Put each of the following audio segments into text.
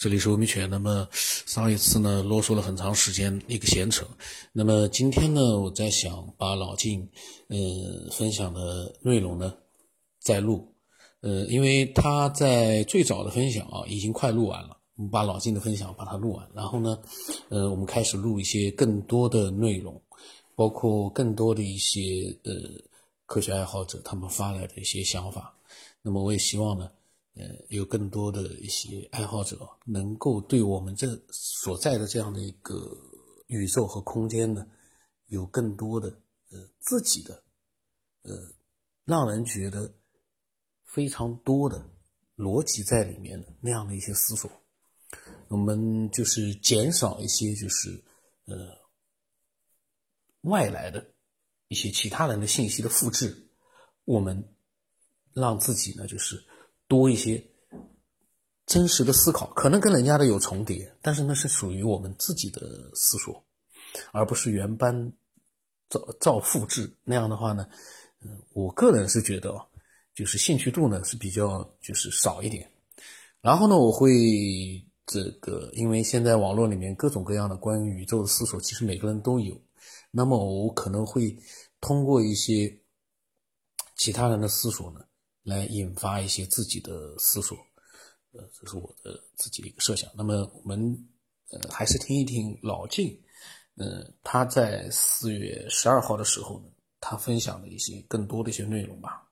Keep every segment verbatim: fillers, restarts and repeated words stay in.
这里是欧米犬。那么上一次呢啰嗦了很长时间一个闲扯，那么今天呢我在想把老晋呃分享的内容呢再录，呃因为他在最早的分享啊已经快录完了，我们把老晋的分享把它录完，然后呢呃我们开始录一些更多的内容，包括更多的一些呃科学爱好者他们发来的一些想法。那么我也希望呢呃，有更多的一些爱好者能够对我们这所在的这样的一个宇宙和空间呢，有更多的呃自己的呃让人觉得非常多的逻辑在里面的那样的一些思索。我们就是减少一些就是呃外来的一些其他人的信息的复制，我们让自己呢就是多一些真实的思考，可能跟人家的有重叠，但是那是属于我们自己的思索，而不是原班照照复制。那样的话呢，嗯，我个人是觉得就是兴趣度呢是比较就是少一点。然后呢，我会这个，因为现在网络里面各种各样的关于宇宙的思索，其实每个人都有。那么我可能会通过一些其他人的思索呢，来引发一些自己的思索，呃，这是我的自己的一个设想。那么我们呃还是听一听老晋，呃，他在四月十二号的时候呢，他分享的一些更多的一些内容吧。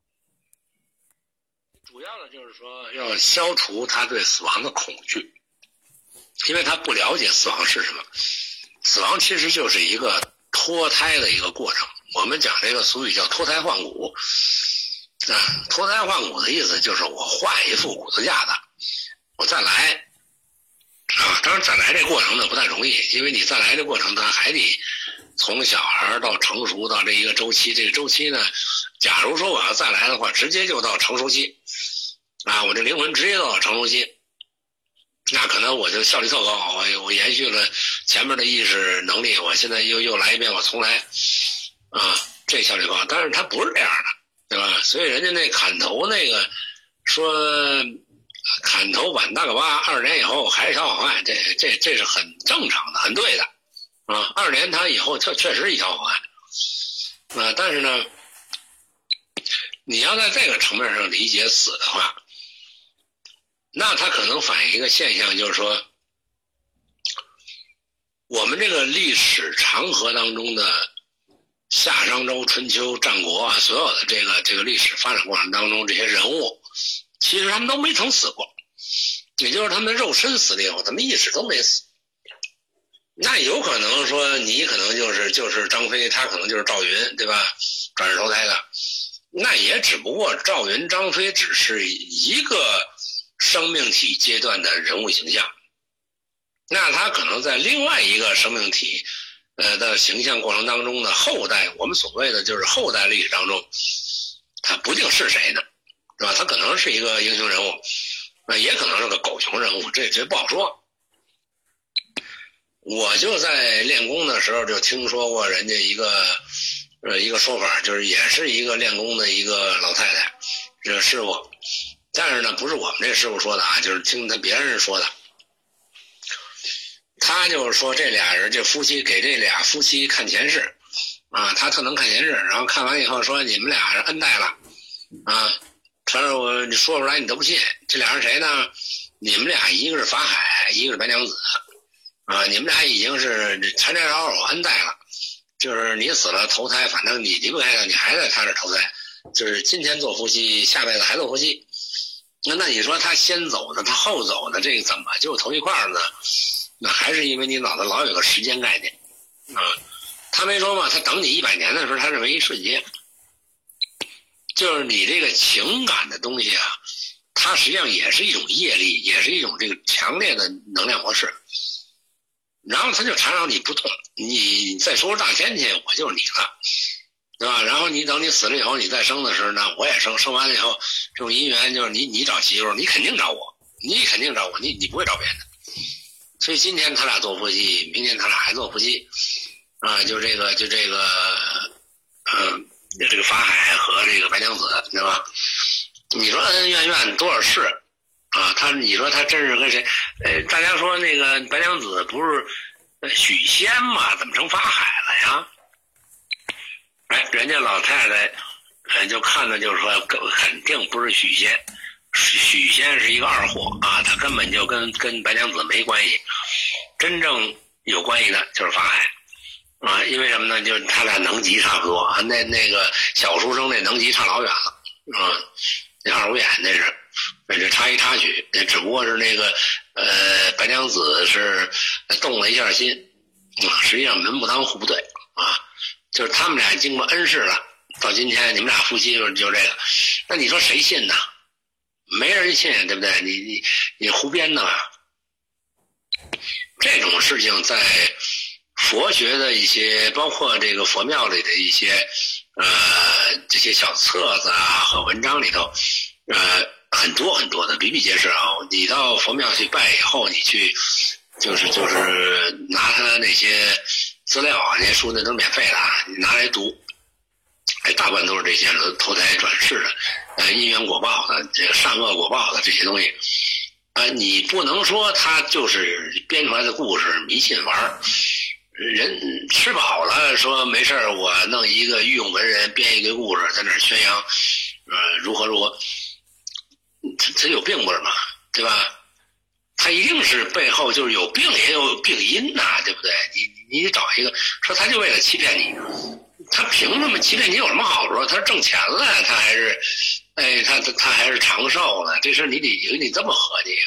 主要的就是说要消除他对死亡的恐惧，因为他不了解死亡是什么。死亡其实就是一个脱胎的一个过程，我们讲这个俗语叫脱胎换骨。啊，脱胎换骨的意思就是我换一副骨头架子，我再来啊。当然再来这过程呢不太容易，因为你再来这过程它还得从小孩到成熟到这一个周期，这个周期呢，假如说我要再来的话，直接就到成熟期啊，我这灵魂直接到成熟期，那可能我就效率特高，我我延续了前面的意识能力，我现在又又来一遍，我重来啊，这效率高。但是它不是这样的，对吧？所以人家那砍头那个说砍头晚大个八，二年以后还是条好汉，这这这是很正常的，很对的啊。二年他以后确确实一条好汉啊，但是呢，你要在这个层面上理解死的话，那它可能反映一个现象，就是说我们这个历史长河当中的夏商周春秋战国啊，所有的这个这个历史发展过程当中，这些人物其实他们都没曾死过，也就是他们的肉身死了以后，他们意识都没死。那有可能说你可能就是就是张飞，他可能就是赵云，对吧？转世投胎的，那也只不过赵云张飞只是一个生命体阶段的人物形象，那他可能在另外一个生命体呃的形象过程当中呢，后代我们所谓的就是后代历史当中，他不定是谁呢，对吧？他可能是一个英雄人物，那也可能是个狗熊人物，这这不好说。我就在练功的时候就听说过人家一个呃一个说法，就是也是一个练功的一个老太太，这个师傅，但是呢不是我们这师傅说的啊，就是听他别人说的。他就是说这俩人这夫妻给这俩夫妻看前世啊，他特能看前世，然后看完以后说你们俩是恩代了啊，反正我你说出来你都不信。这俩人谁呢？你们俩一个是法海，一个是白娘子啊，你们俩已经是缠缠绕绕恩代了，就是你死了投胎，反正你离不开了，你还在他这投胎，就是今天做夫妻，下辈子还做夫妻。那那你说他先走的他后走的，这个怎么就投一块儿呢？那还是因为你脑子老有个时间概念啊。他没说嘛，他等你一百年的时候，他认为一瞬间，就是你这个情感的东西啊，它实际上也是一种业力，也是一种这个强烈的能量模式。然后他就缠绕你不动，你再说大天去，我就是你了，对吧？然后你等你死了以后，你再生的时候呢，我也生，生完了以后，这种姻缘就是你你找媳妇，你肯定找我，你肯定找我，你你不会找别人的。所以今天他俩做夫妻，明天他俩还做夫妻，啊，就这个就这个，嗯，这个法海和这个白娘子，对吧？你说恩恩怨怨多少事啊，他你说他真是跟谁？呃，大家说那个白娘子不是许仙嘛？怎么成法海了呀？哎，人家老太太，呃，就看的就是说，肯定不是许仙，许仙是一个二货啊，他根本就跟跟白娘子没关系，真正有关系的就是法海啊，因为什么呢？就是他俩能级差不多啊，那那个小书生那能级差老远了啊，那二五眼那是。这差一插曲，只不过是那个呃，白娘子是动了一下心啊，实际上门不当户不对啊，就是他们俩经过恩师了，到今天你们俩夫妻就就这个，那你说谁信呢？没人信，对不对？你你你胡编的吧？这种事情在佛学的一些，包括这个佛庙里的一些呃这些小册子啊和文章里头，呃。很多很多的比比皆是啊！你到佛庙去拜以后，你去就是就是拿他那些资料啊，那些书那都是免费的，你拿来读，哎，大部分都是这些投胎转世的，呃，因缘果报的，这个善恶果报的这些东西，啊、呃，你不能说他就是编出来的故事迷信玩儿。人吃饱了说没事儿，我弄一个御用文人编一个故事在那儿宣扬，呃，如何如何。他他有病不是吗？对吧？他一定是背后就是有病也有病因呐、啊，对不对？你你找一个说他就为了欺骗你，他凭什么欺骗你有什么好处？他是挣钱了，他还是哎他他他还是长寿了？这事你得你这么合计啊。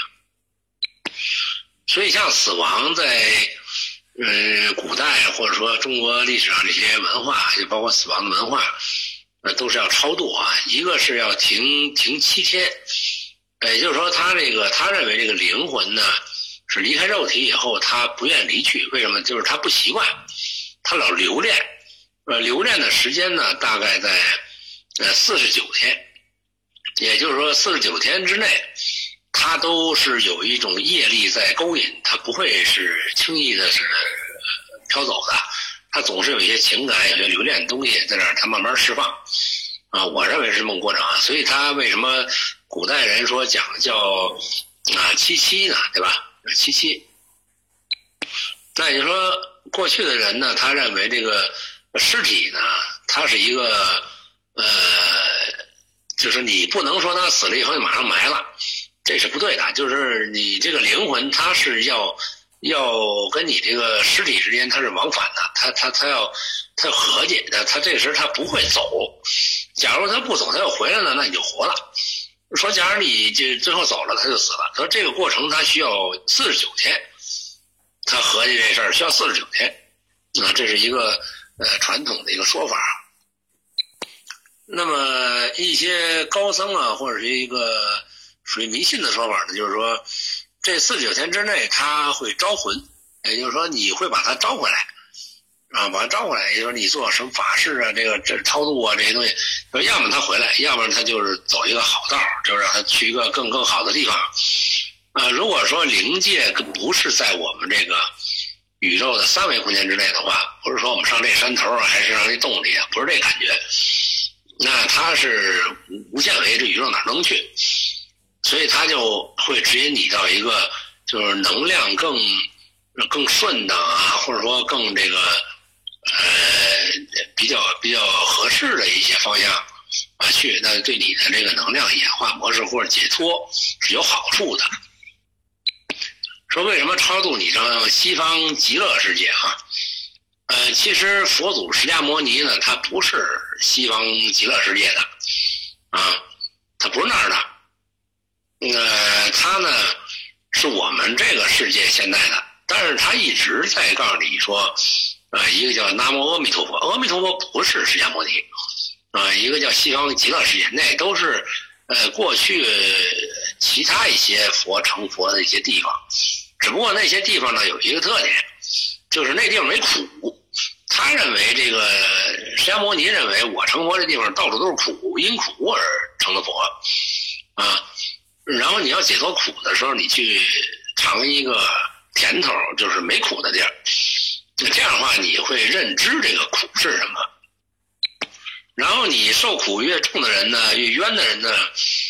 所以像死亡在嗯古代或者说中国历史上这些文化，就包括死亡的文化。那都是要超度啊，一个是要停停七天，也就是说他这个他认为这个灵魂呢是离开肉体以后他不愿离去，为什么？就是他不习惯，他老留恋，呃，留恋的时间呢大概在呃四十九天，也就是说四十九天之内，他都是有一种业力在勾引，他不会是轻易的是飘走的。他总是有一些情感，有些留恋的东西在那儿，他慢慢释放，啊，我认为是这么过程啊。所以他为什么古代人说讲叫啊七七呢，对吧？七七。那你说过去的人呢，他认为这个尸体呢，它是一个呃，就是你不能说他死了以后就马上埋了，这是不对的。就是你这个灵魂，它是要。要跟你这个尸体之间它是往返的，他他他要他要和解的，他这时他不会走。假如他不走，他要回来了，那你就活了。说假如你这最后走了，他就死了。他说这个过程他需要四十九天，他合计这事儿需要四十九天，啊，这是一个呃传统的一个说法。那么一些高僧啊，或者是一个属于迷信的说法呢，就是说。这四十九天之内他会招魂，也就是说你会把他招回来啊，把他招回来，也就是说你做什么法事啊，这个这超度啊这些东西，要么他回来，要么他就是走一个好道，就是让他去一个更更好的地方啊。如果说灵界不是在我们这个宇宙的三维空间之内的话，不是说我们上这山头还是上这洞里啊，不是这感觉，那他是无限维，这宇宙哪能去？所以他就会指引你到一个就是能量更更顺当啊，或者说更这个呃比较比较合适的一些方向啊去，那对你的这个能量演化模式或者解脱是有好处的。说为什么超度你上西方极乐世界啊？呃，其实佛祖释迦牟尼呢，他不是西方极乐世界的啊，他不是那儿的。呃，他呢是我们这个世界现在的，但是他一直在告诉你说，呃，一个叫南无阿弥陀佛，阿弥陀佛不是释迦牟尼，啊、呃，一个叫西方极乐世界，那都是呃过去其他一些佛成佛的一些地方，只不过那些地方呢有一个特点，就是那地方没苦。他认为这个释迦牟尼认为我成佛这地方到处都是苦，因苦而成的佛，啊。然后你要解脱苦的时候，你去尝一个甜头，就是没苦的地儿。这样的话，你会认知这个苦是什么。然后你受苦越重的人呢，越冤的人呢，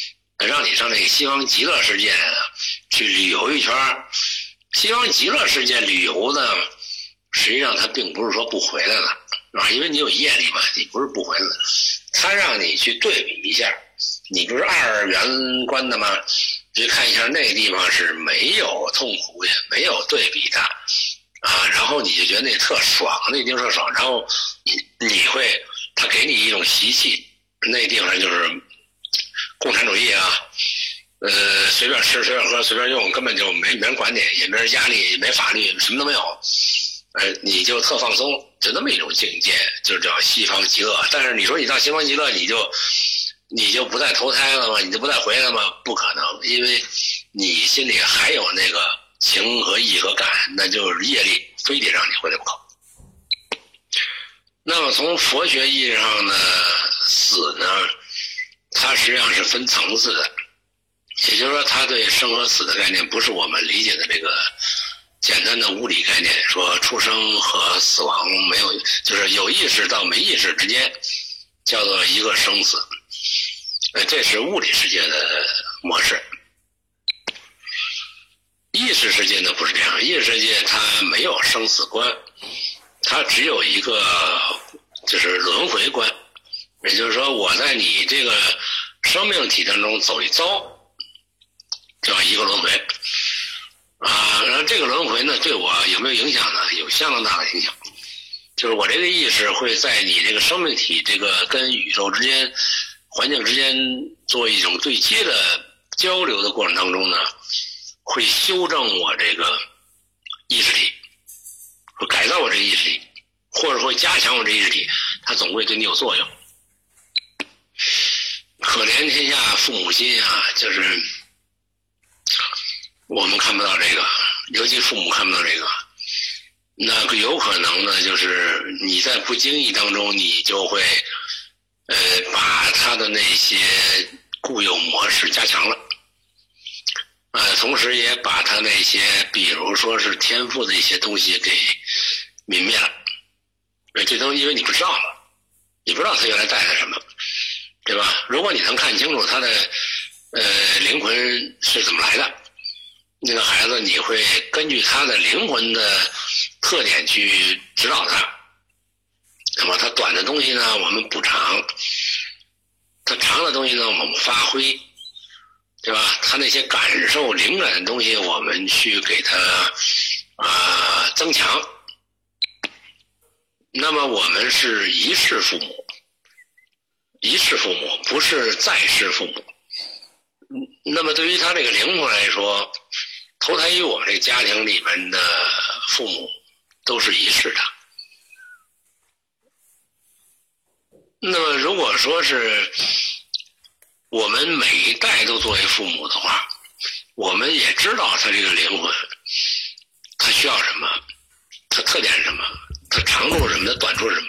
让你上这个西方极乐世界去旅游一圈。西方极乐世界旅游呢，实际上它并不是说不回来了啊，因为你有业力嘛，你不是不回来了，它让你去对比一下。你不是二元观的吗？去看一下那个地方是没有痛苦也没有对比的啊，然后你就觉得那特爽，那地方特爽，然后你你会他给你一种习气，那地方就是共产主义啊，呃，随便吃随便喝随便用，根本就没没人管你，也没人压力，也没法律，什么都没有，呃，你就特放松，就那么一种境界，就叫西方极乐。但是你说你到西方极乐，你就你就不再投胎了吗？你就不再回来了吗？不可能，因为你心里还有那个情和义和感，那就是业力，非得让你回来不可。那么从佛学意义上呢，死呢，它实际上是分层次的，也就是说，它对生和死的概念不是我们理解的这个简单的物理概念，说出生和死亡没有，就是有意识到没意识之间叫做一个生死。呃，这是物理世界的模式。意识世界呢不是这样，意识世界它没有生死观，它只有一个就是轮回观，也就是说我在你这个生命体当中走一遭，叫一个轮回啊。然后这个轮回呢对我有没有影响呢？有相当大的影响，就是我这个意识会在你这个生命体这个跟宇宙之间环境之间做一种对接的交流的过程当中呢，会修正我这个意识体，会改造我这个意识体，或者会加强我这意识体，它总会对你有作用。可怜天下父母心啊，就是我们看不到这个，尤其父母看不到这个，那有可能呢，就是你在不经意当中，你就会呃把他的那些固有模式加强了。呃，同时也把他那些，比如说是天赋的一些东西给泯灭了。这东西因为你不知道了，你不知道他原来带了什么，对吧？如果你能看清楚他的呃灵魂是怎么来的，那个孩子你会根据他的灵魂的特点去指导他。那么他短的东西呢，我们补偿；他长的东西呢，我们发挥。对吧？他那些感受灵感的东西，我们去给他啊、呃、增强。那么我们是一世父母，一世父母不是在世父母。那么对于他这个灵魂来说，投胎于我们这个家庭里面的父母都是一世的。那么如果说是我们每一代都作为父母的话，我们也知道他这个灵魂他需要什么，他特点是什么，他长处是什么，他短处是什么，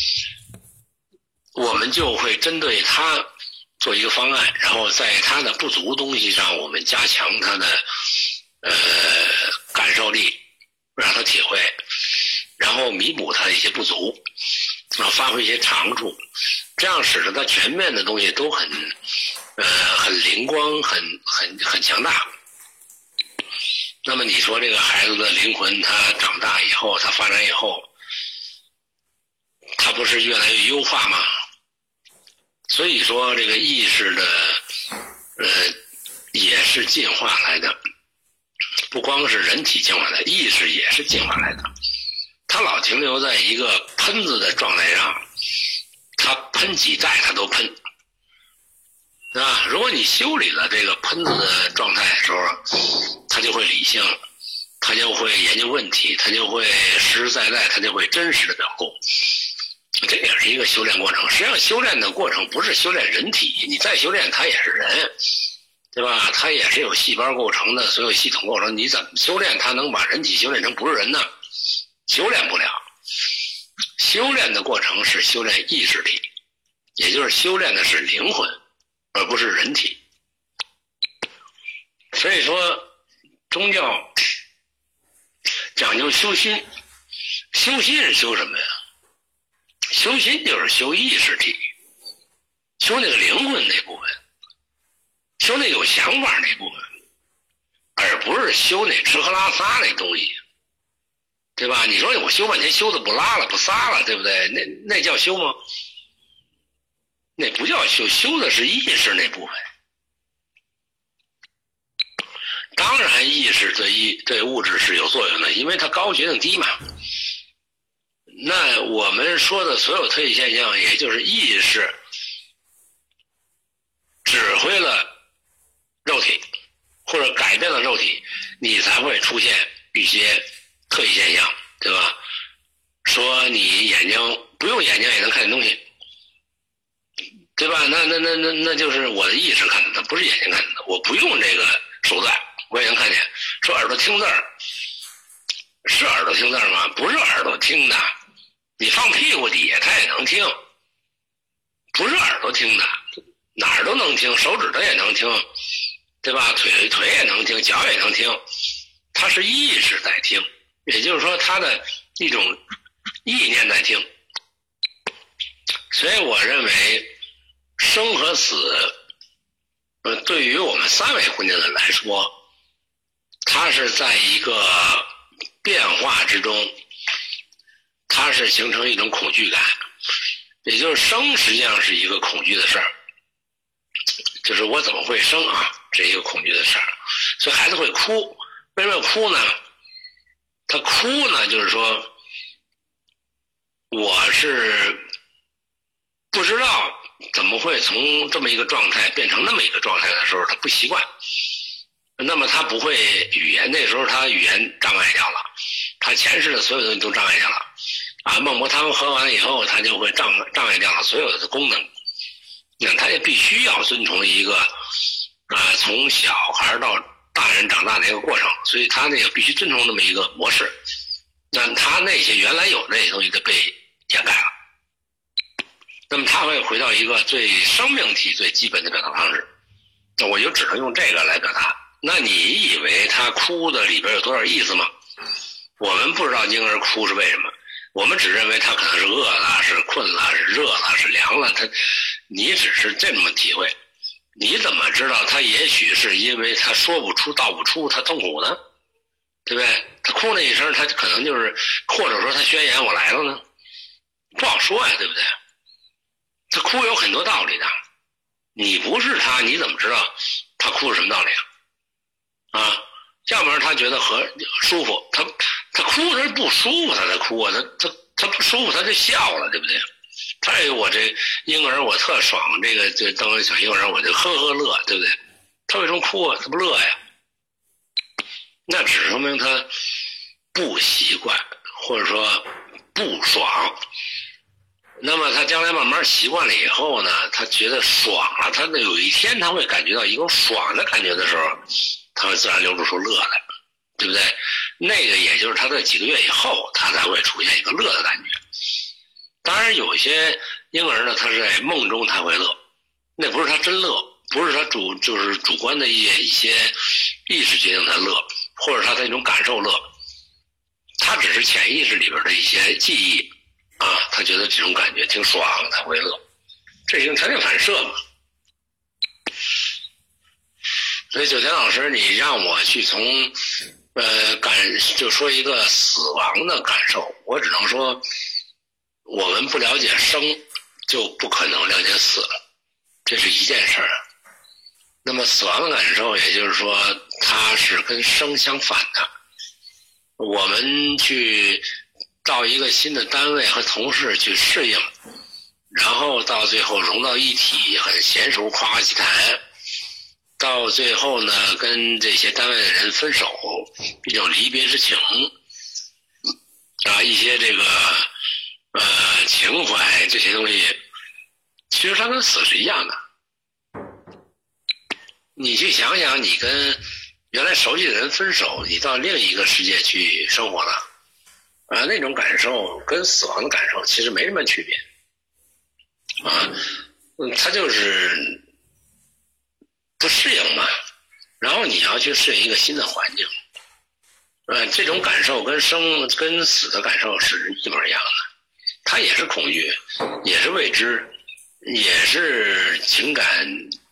我们就会针对他做一个方案，然后在他的不足东西上我们加强他的呃感受力，让他体会，然后弥补他的一些不足，然后发挥一些长处，这样使得他全面的东西都很呃很灵光，很很很强大。那么你说这个孩子的灵魂他长大以后，他发展以后，他不是越来越优化吗？所以说这个意识的呃也是进化来的，不光是人体进化来的，意识也是进化来的。他老停留在一个喷子的状态上，他喷几代他都喷啊！如果你修理了这个喷子的状态的时候，他就会理性，他就会研究问题，他就会实实在在，他就会真实的表露。这也是一个修炼过程。实际上修炼的过程不是修炼人体，你再修炼他也是人，对吧？他也是有细胞构成的，所有系统构成，你怎么修炼他能把人体修炼成不是人呢？修炼不了。修炼的过程是修炼意识体，也就是修炼的是灵魂，而不是人体。所以说宗教讲究修心，修心是修什么呀？修心就是修意识体，修那个灵魂那部分。 修那有想法那部分，而不是修那吃喝拉撒那东西，对吧？你说我修半天修的不拉了不撒了，对不对？那那叫修吗？那不叫修，修的是意识那部分。当然意识对意对物质是有作用的，因为它高决定低嘛。那我们说的所有特异现象，也就是意识指挥了肉体，或者改变了肉体，你才会出现一些特异现象，对吧？说你眼睛不用眼睛也能看见东西，对吧？那那那那那就是我的意识看的，不是眼睛看的。我不用这个手段，我也能看见。说耳朵听字儿，是耳朵听字儿吗？不是耳朵听的，你放屁股底下它也能听，不是耳朵听的，哪儿都能听，手指头也能听，对吧？腿腿也能听，脚也能听，它是意识在听，也就是说它的一种意念在听。所以我认为生和死，呃，对于我们三维空间的人来说，它是在一个变化之中，它是形成一种恐惧感，也就是生实际上是一个恐惧的事儿，就是我怎么会生啊，这一个恐惧的事儿。所以孩子会哭，为什么要哭呢？他哭呢，就是说我是不知道怎么会从这么一个状态变成那么一个状态的时候，他不习惯。那么他不会语言，那时候他语言障碍掉了，他前世的所有东西都障碍掉了。啊，孟婆汤喝完了以后，他就会障障碍掉了所有的功能。那他也必须要遵从一个啊，从小孩到大人长大的一个过程，所以他那个必须遵从那么一个模式。那他那些原来有那些东西都被掩盖了。那么他会回到一个最生命体最基本的表达方式，那我就只能用这个来表达。那你以为他哭的里边有多少意思吗？我们不知道婴儿哭是为什么，我们只认为他可能是饿了，是困了，是热了，是凉了。他，你只是这么体会，你怎么知道他也许是因为他说不出道不出他痛苦呢？对不对？他哭那一声，他可能就是，或者说他宣言我来了呢，不好说呀，对不对？他哭有很多道理的，你不是他，你怎么知道他哭是什么道理啊？啊，要不然他觉得和舒服，他他哭他是不舒服，他才哭啊，他他他不舒服他就笑了，对不对？他以为我这婴儿我特爽，这个这当小婴儿我就呵呵乐，对不对？他为什么哭啊？他不乐呀？那只说明他不习惯，或者说不爽。那么他将来慢慢习惯了以后呢，他觉得爽了，他有一天他会感觉到一种爽的感觉的时候，他会自然流露出乐来，对不对？那个也就是他在几个月以后，他才会出现一个乐的感觉。当然有些婴儿呢，他是在梦中他会乐，那不是他真乐，不是他主就是主观的一些一些意识决定他乐，或者他的一种感受乐，他只是潜意识里边的一些记忆啊，他觉得这种感觉挺爽，他会乐，这是一种条件反射嘛。所以九田老师，你让我去从呃感就说一个死亡的感受，我只能说，我们不了解生，就不可能了解死了，这是一件事儿。那么死亡的感受，也就是说，它是跟生相反的。我们去到一个新的单位和同事去适应，然后到最后融到一体，很娴熟，夸夸其谈。到最后呢，跟这些单位的人分手，一种离别之情，啊，一些这个呃情怀这些东西，其实它跟死是一样的。你去想想，你跟原来熟悉的人分手，你到另一个世界去生活了，啊，那种感受跟死亡的感受其实没什么区别，啊，嗯，它就是不适应嘛，然后你要去适应一个新的环境，呃，这种感受跟生跟死的感受是一模一样的，它也是恐惧，也是未知，也是情感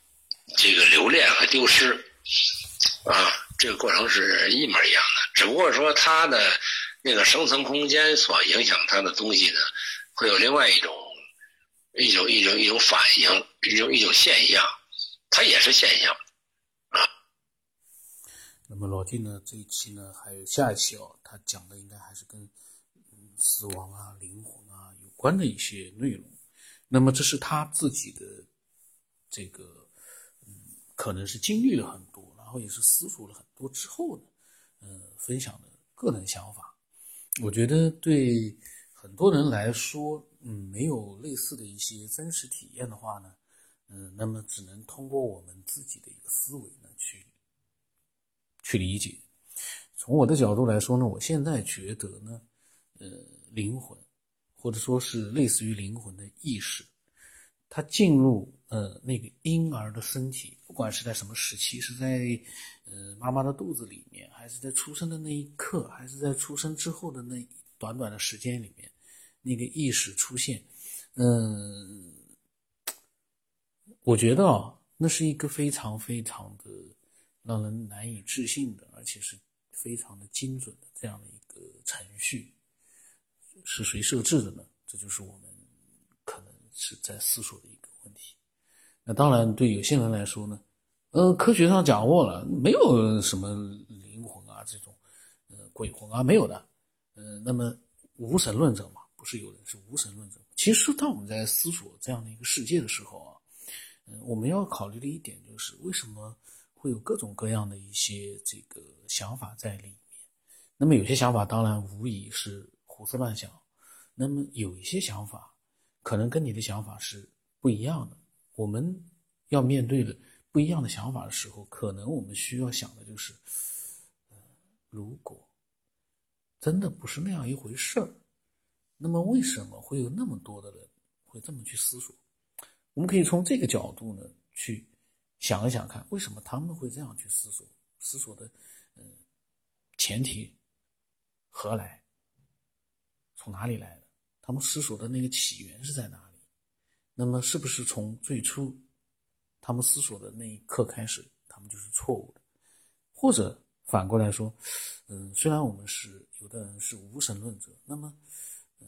这个留恋和丢失啊，这个过程是一模一样的，只不过说它的那个生存空间所影响它的东西呢，会有另外一种一种一种一种反应，一种一种现象，它也是现象啊。 那么老金呢，这一期呢还有下一期哦，他讲的应该还是跟嗯死亡啊、灵魂啊有关的一些内容。那么这是他自己的这个嗯，可能是经历了很多，然后也是思索了很多之后呢，呃，分享的个人想法。我觉得对很多人来说，嗯，没有类似的一些真实体验的话呢，嗯，那么只能通过我们自己的一个思维呢去去理解。从我的角度来说呢，我现在觉得呢，呃，灵魂或者说是类似于灵魂的意识，它进入呃那个婴儿的身体，不管是在什么时期，是在呃妈妈的肚子里面，还是在出生的那一刻，还是在出生之后的那短短的时间里面，那个意识出现，嗯、呃，我觉得啊，那是一个非常非常的让人难以置信的，而且是非常的精准的这样的一个程序。是谁设置的呢？这就是我们可能是在思索的一个问题。那当然对有些人来说呢，呃，科学上掌握了，没有什么灵魂啊这种呃鬼魂啊，没有的。呃，那么无神论者嘛，不是有人是无神论者。其实当我们在思索这样的一个世界的时候啊，呃、我们要考虑的一点就是为什么会有各种各样的一些这个想法在里面。那么有些想法当然无疑是胡思乱想，那么有一些想法可能跟你的想法是不一样的。我们要面对的不一样的想法的时候，可能我们需要想的就是，呃，如果真的不是那样一回事儿，那么为什么会有那么多的人会这么去思索？我们可以从这个角度呢去想一想看，为什么他们会这样去思索？思索的，呃，前提何来？从哪里来的？他们思索的那个起源是在哪里？那么是不是从最初他们思索的那一刻开始，他们就是错误的？或者反过来说，嗯，虽然我们是有的人是无神论者，那么，嗯，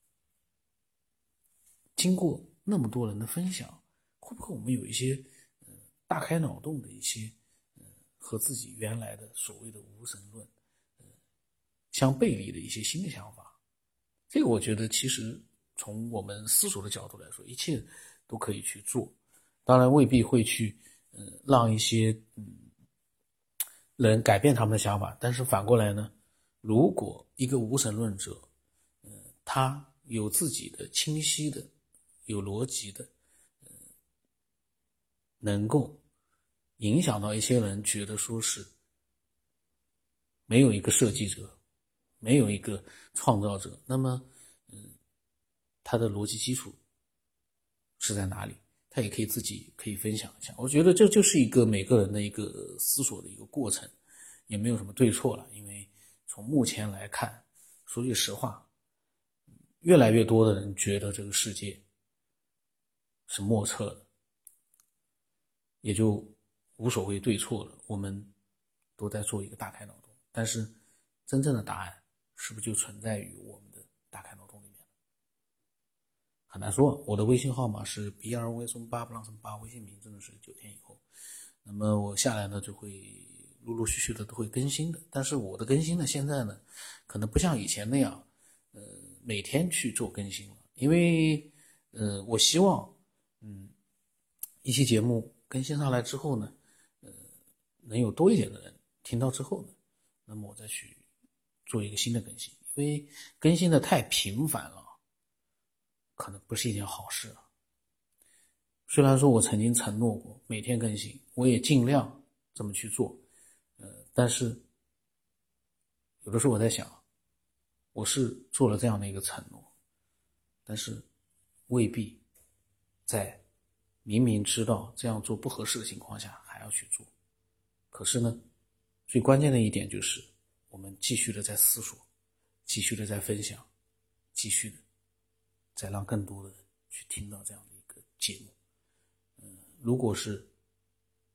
经过那么多人的分享，会不会我们有一些，嗯，大开脑洞的一些，嗯，和自己原来的所谓的无神论，嗯，相背离的一些新的想法？这个我觉得其实从我们思索的角度来说，一切都可以去做，当然未必会去嗯、呃、让一些嗯人改变他们的想法，但是反过来呢，如果一个无神论者嗯、呃、他有自己的清晰的有逻辑的嗯、呃、能够影响到一些人觉得说是没有一个设计者，没有一个创造者，那么嗯，他的逻辑基础是在哪里？他也可以自己可以分享一下。我觉得这就是一个每个人的一个思索的一个过程，也没有什么对错了。因为从目前来看，说句实话，越来越多的人觉得这个世界是莫测的，也就无所谓对错了。我们都在做一个大开脑洞，但是真正的答案是不是就存在于我们的大开脑洞里面？很难说。我的微信号码是 B R 微松八不浪八，微信名真的是九天以后。那么我下来呢就会陆陆续续的都会更新的，但是我的更新呢现在呢可能不像以前那样呃每天去做更新了，因为呃我希望嗯一期节目更新上来之后呢呃能有多一点的人听到之后呢，那么我再去做一个新的更新，因为更新的太频繁了可能不是一件好事啊。虽然说我曾经承诺过每天更新，我也尽量这么去做，呃，但是有的时候我在想，我是做了这样的一个承诺，但是未必在明明知道这样做不合适的情况下还要去做。可是呢，最关键的一点就是我们继续的在思索，继续的在分享，继续的再让更多的人去听到这样的一个节目。嗯，如果是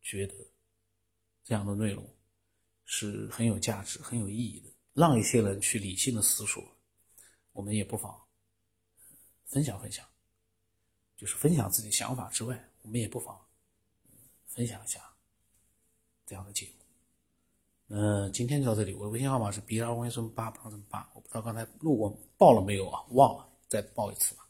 觉得这样的内容是很有价值、很有意义的，让一些人去理性的思索，我们也不妨分享分享，就是分享自己想法之外，我们也不妨分享一下这样的节目。那今天就到这里，我的微信号码是 B 二 五 八八八，我不知道刚才录过报了没有啊，忘了，再报一次吧。